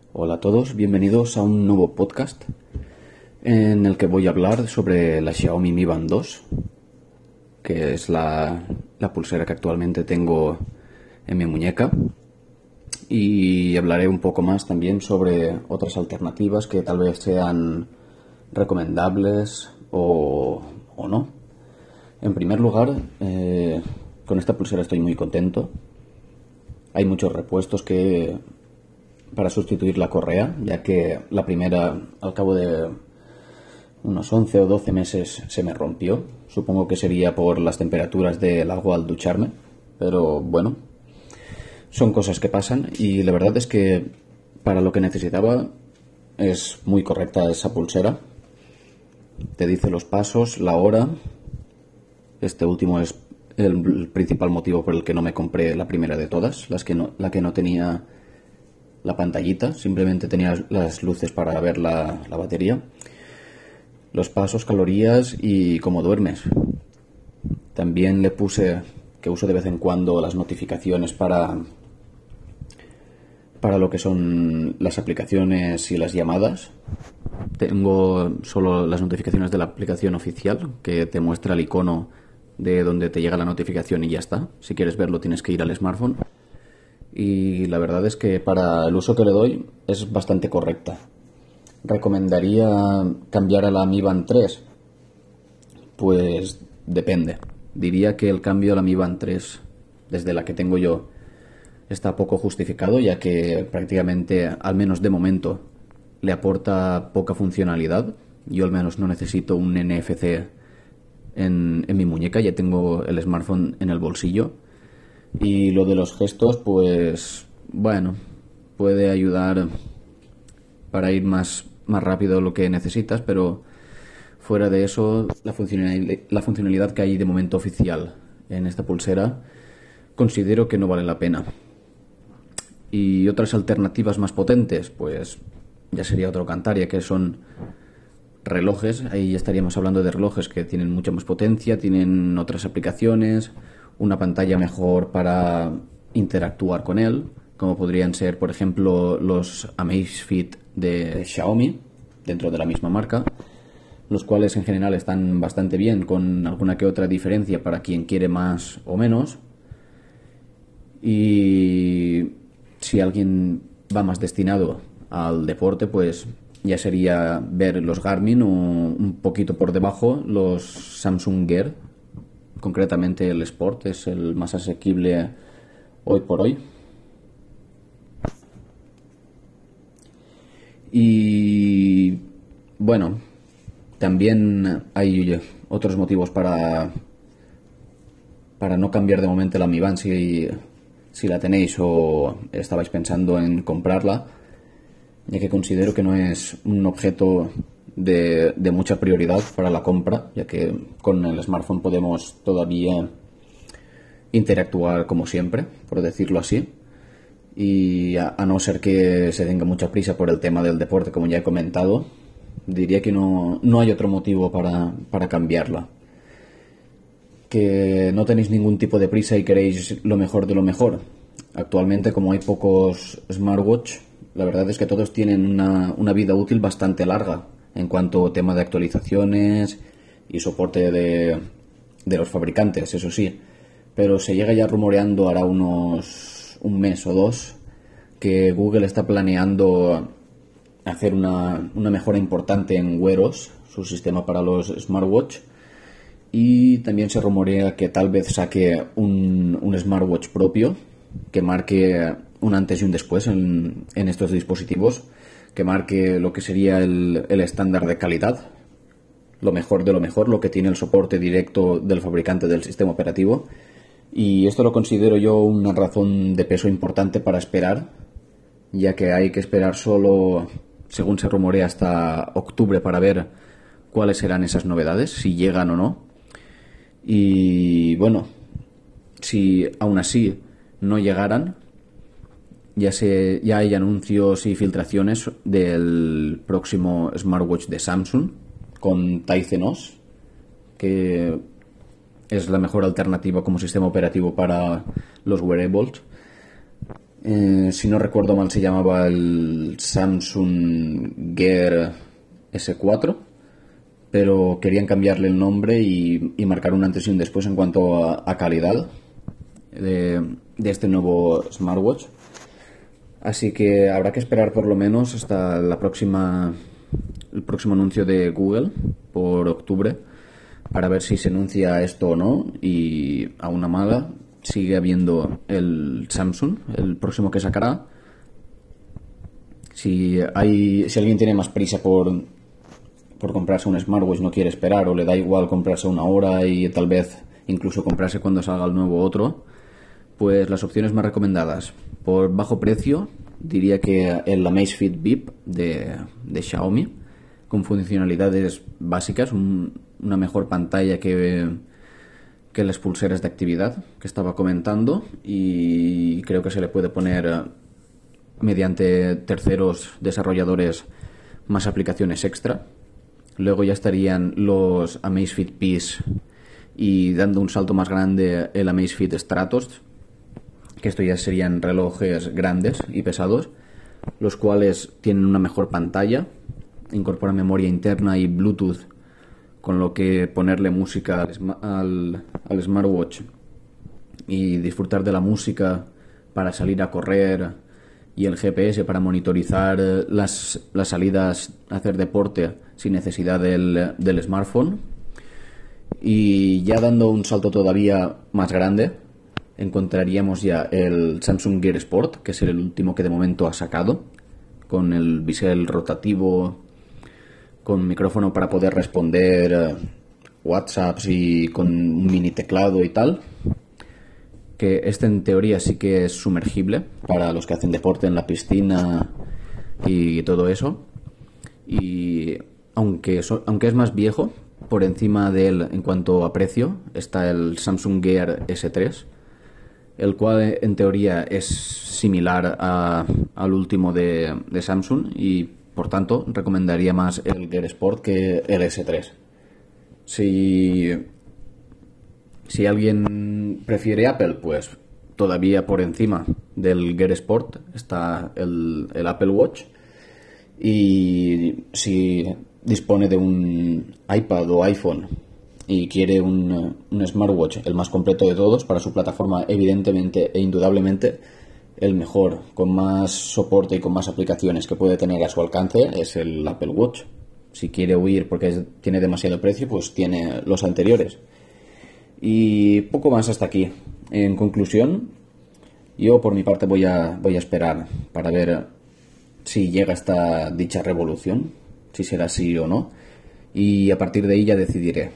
Hola a todos, bienvenidos a un nuevo podcast en el que voy a hablar sobre la Xiaomi Mi Band 2, que es la pulsera que actualmente tengo en mi muñeca, y hablaré un poco más también sobre otras alternativas que tal vez sean recomendables o no. En primer lugar, con esta pulsera estoy muy contento. Hay muchos repuestos para sustituir la correa, ya que la primera, al cabo de unos 11 o 12 meses, se me rompió. Supongo que sería por las temperaturas del agua al ducharme, pero bueno, son cosas que pasan y la verdad es que para lo que necesitaba es muy correcta esa pulsera. Te dice los pasos, la hora. Este último es el principal motivo por el que no me compré la primera de todas, la que no tenía la pantallita, simplemente tenía las luces para ver la batería, los pasos, calorías y cómo duermes. También le puse, que uso de vez en cuando, las notificaciones para lo que son las aplicaciones y las llamadas. Tengo solo las notificaciones de la aplicación oficial, que te muestra el icono de donde te llega la notificación y ya está. Si quieres verlo tienes que ir al smartphone. Y la verdad es que para el uso que le doy es bastante correcta. ¿Recomendaría cambiar a la Mi Band 3? Pues depende. Diría que el cambio a la Mi Band 3, desde la que tengo yo, está poco justificado, ya que prácticamente, al menos de momento, le aporta poca funcionalidad. Yo al menos no necesito un NFC en mi muñeca, ya tengo el smartphone en el bolsillo. Y lo de los gestos, pues bueno, puede ayudar para ir más rápido de lo que necesitas, pero fuera de eso, la funcionalidad que hay de momento oficial en esta pulsera considero que no vale la pena. Y otras alternativas más potentes, pues ya sería otro cantar, ya que son relojes. Ahí ya estaríamos hablando de relojes que tienen mucha más potencia, tienen otras aplicaciones, una pantalla mejor para interactuar con él, como podrían ser, por ejemplo, los Amazfit de Xiaomi, dentro de la misma marca, los cuales en general están bastante bien, con alguna que otra diferencia para quien quiere más o menos. Y si alguien va más destinado al deporte, pues ya sería ver los Garmin o un poquito por debajo los Samsung Gear. Concretamente el Sport es el más asequible hoy por hoy. Y bueno, también hay otros motivos para no cambiar de momento la Mi Band si la tenéis o estabais pensando en comprarla, ya que considero que no es un objeto de mucha prioridad para la compra, ya que con el smartphone podemos todavía interactuar como siempre, por decirlo así, y a no ser que se tenga mucha prisa por el tema del deporte, como ya he comentado, diría que no hay otro motivo para cambiarla. Que no tenéis ningún tipo de prisa y queréis lo mejor de lo mejor. Actualmente, como hay pocos smartwatch, la verdad es que todos tienen una vida útil bastante larga en cuanto a tema de actualizaciones y soporte de los fabricantes, eso sí. Pero se llega ya rumoreando hará un mes o dos que Google está planeando hacer una mejora importante en Wear OS, su sistema para los smartwatch. Y también se rumorea que tal vez saque un smartwatch propio que marque un antes y un después en estos dispositivos, que marque lo que sería el estándar de calidad, lo mejor de lo mejor, lo que tiene el soporte directo del fabricante del sistema operativo. Y esto lo considero yo una razón de peso importante para esperar, ya que hay que esperar solo, según se rumorea, hasta octubre para ver cuáles serán esas novedades, si llegan o no. Y bueno, si aún así no llegaran, ya hay anuncios y filtraciones del próximo smartwatch de Samsung con Tizen OS, que es la mejor alternativa como sistema operativo para los wearables. Si no recuerdo mal se llamaba el Samsung Gear S4, pero querían cambiarle el nombre y marcar un antes y un después en cuanto a calidad de este nuevo smartwatch. Así que habrá que esperar por lo menos hasta el próximo anuncio de Google por octubre para ver si se anuncia esto o no, y a una mala sigue habiendo el Samsung, el próximo que sacará. Si alguien tiene más prisa por comprarse un smartwatch, no quiere esperar, o le da igual comprarse una hora y tal vez incluso comprarse cuando salga el nuevo otro, pues las opciones más recomendadas por bajo precio diría que el Amazfit Bip de Xiaomi, con funcionalidades básicas, una mejor pantalla que las pulseras de actividad que estaba comentando, y creo que se le puede poner mediante terceros desarrolladores más aplicaciones extra. Luego ya estarían los Amazfit Peace y dando un salto más grande el Amazfit Stratos, que esto ya serían relojes grandes y pesados, los cuales tienen una mejor pantalla, incorporan memoria interna y Bluetooth, con lo que ponerle música al smartwatch y disfrutar de la música para salir a correr, y el GPS para monitorizar las salidas a hacer deporte sin necesidad del smartphone. Y ya dando un salto todavía más grande, encontraríamos ya el Samsung Gear Sport, que es el último que de momento ha sacado, con el bisel rotativo, con micrófono para poder responder WhatsApps y con un mini teclado y tal. Que este en teoría sí que es sumergible para los que hacen deporte en la piscina y todo eso. Y aunque es más viejo, por encima de él en cuanto a precio está el Samsung Gear S3, el cual en teoría es similar al último de Samsung, y por tanto recomendaría más el Gear Sport que el S3. Si alguien prefiere Apple, pues todavía por encima del Gear Sport está el Apple Watch. Y si dispone de un iPad o iPhone y quiere un smartwatch, el más completo de todos, para su plataforma, evidentemente e indudablemente el mejor, con más soporte y con más aplicaciones que puede tener a su alcance, es el Apple Watch. Si quiere huir porque tiene demasiado precio, pues tiene los anteriores. Y poco más hasta aquí. En conclusión, yo por mi parte voy a esperar para ver si llega esta dicha revolución, si será así o no, y a partir de ahí ya decidiré.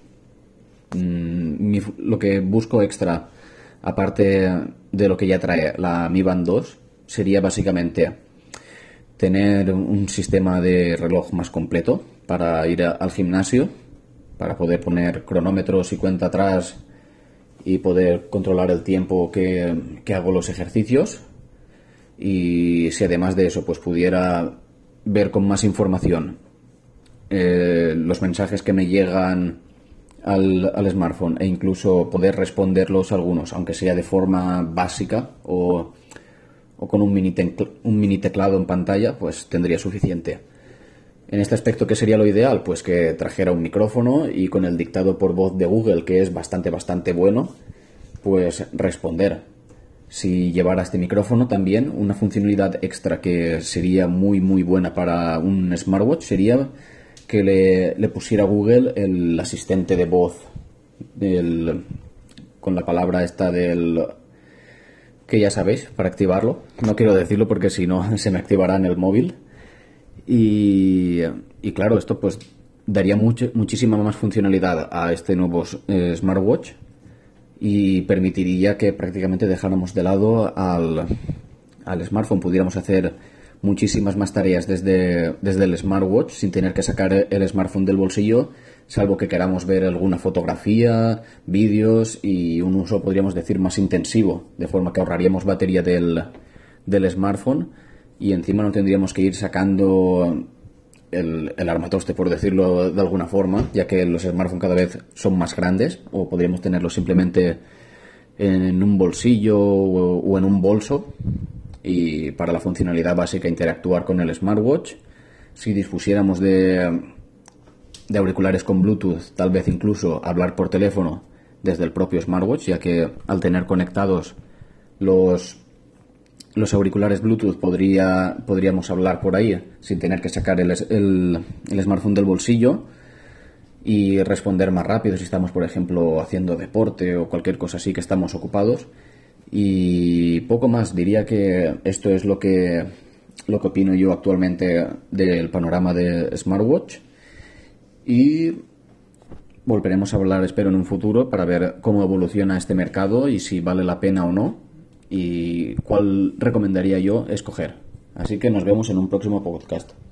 Lo que busco extra, aparte de lo que ya trae la Mi Band 2, sería básicamente tener un sistema de reloj más completo para ir al gimnasio, para poder poner cronómetros y cuenta atrás y poder controlar el tiempo que hago los ejercicios. Y si además de eso pues pudiera ver con más información los mensajes que me llegan al smartphone, e incluso poder responderlos algunos, aunque sea de forma básica o con un mini teclado en pantalla, pues tendría suficiente. En este aspecto, ¿qué sería lo ideal? Pues que trajera un micrófono y con el dictado por voz de Google, que es bastante bueno, pues responder. Si llevara este micrófono también, una funcionalidad extra que sería muy buena para un smartwatch sería que le pusiera a Google el asistente de voz con la palabra esta que ya sabéis, para activarlo. No quiero decirlo porque si no se me activará en el móvil. Y claro, esto pues daría muchísima más funcionalidad a este nuevo smartwatch, y permitiría que prácticamente dejáramos de lado al smartphone. Pudiéramos hacer muchísimas más tareas desde el smartwatch sin tener que sacar el smartphone del bolsillo, salvo que queramos ver alguna fotografía, vídeos y un uso, podríamos decir, más intensivo, de forma que ahorraríamos batería del smartphone, y encima no tendríamos que ir sacando el armatoste, por decirlo de alguna forma, ya que los smartphones cada vez son más grandes, o podríamos tenerlos simplemente en un bolsillo o en un bolso, y para la funcionalidad básica interactuar con el smartwatch. Si dispusiéramos de auriculares con Bluetooth, tal vez incluso hablar por teléfono desde el propio smartwatch, ya que al tener conectados los auriculares Bluetooth podríamos hablar por ahí sin tener que sacar el smartphone del bolsillo y responder más rápido si estamos, por ejemplo, haciendo deporte o cualquier cosa así que estamos ocupados. Y poco más, diría que esto es lo que opino yo actualmente del panorama de smartwatch, y volveremos a hablar, espero, en un futuro para ver cómo evoluciona este mercado y si vale la pena o no y cuál recomendaría yo escoger. Así que nos vemos en un próximo podcast.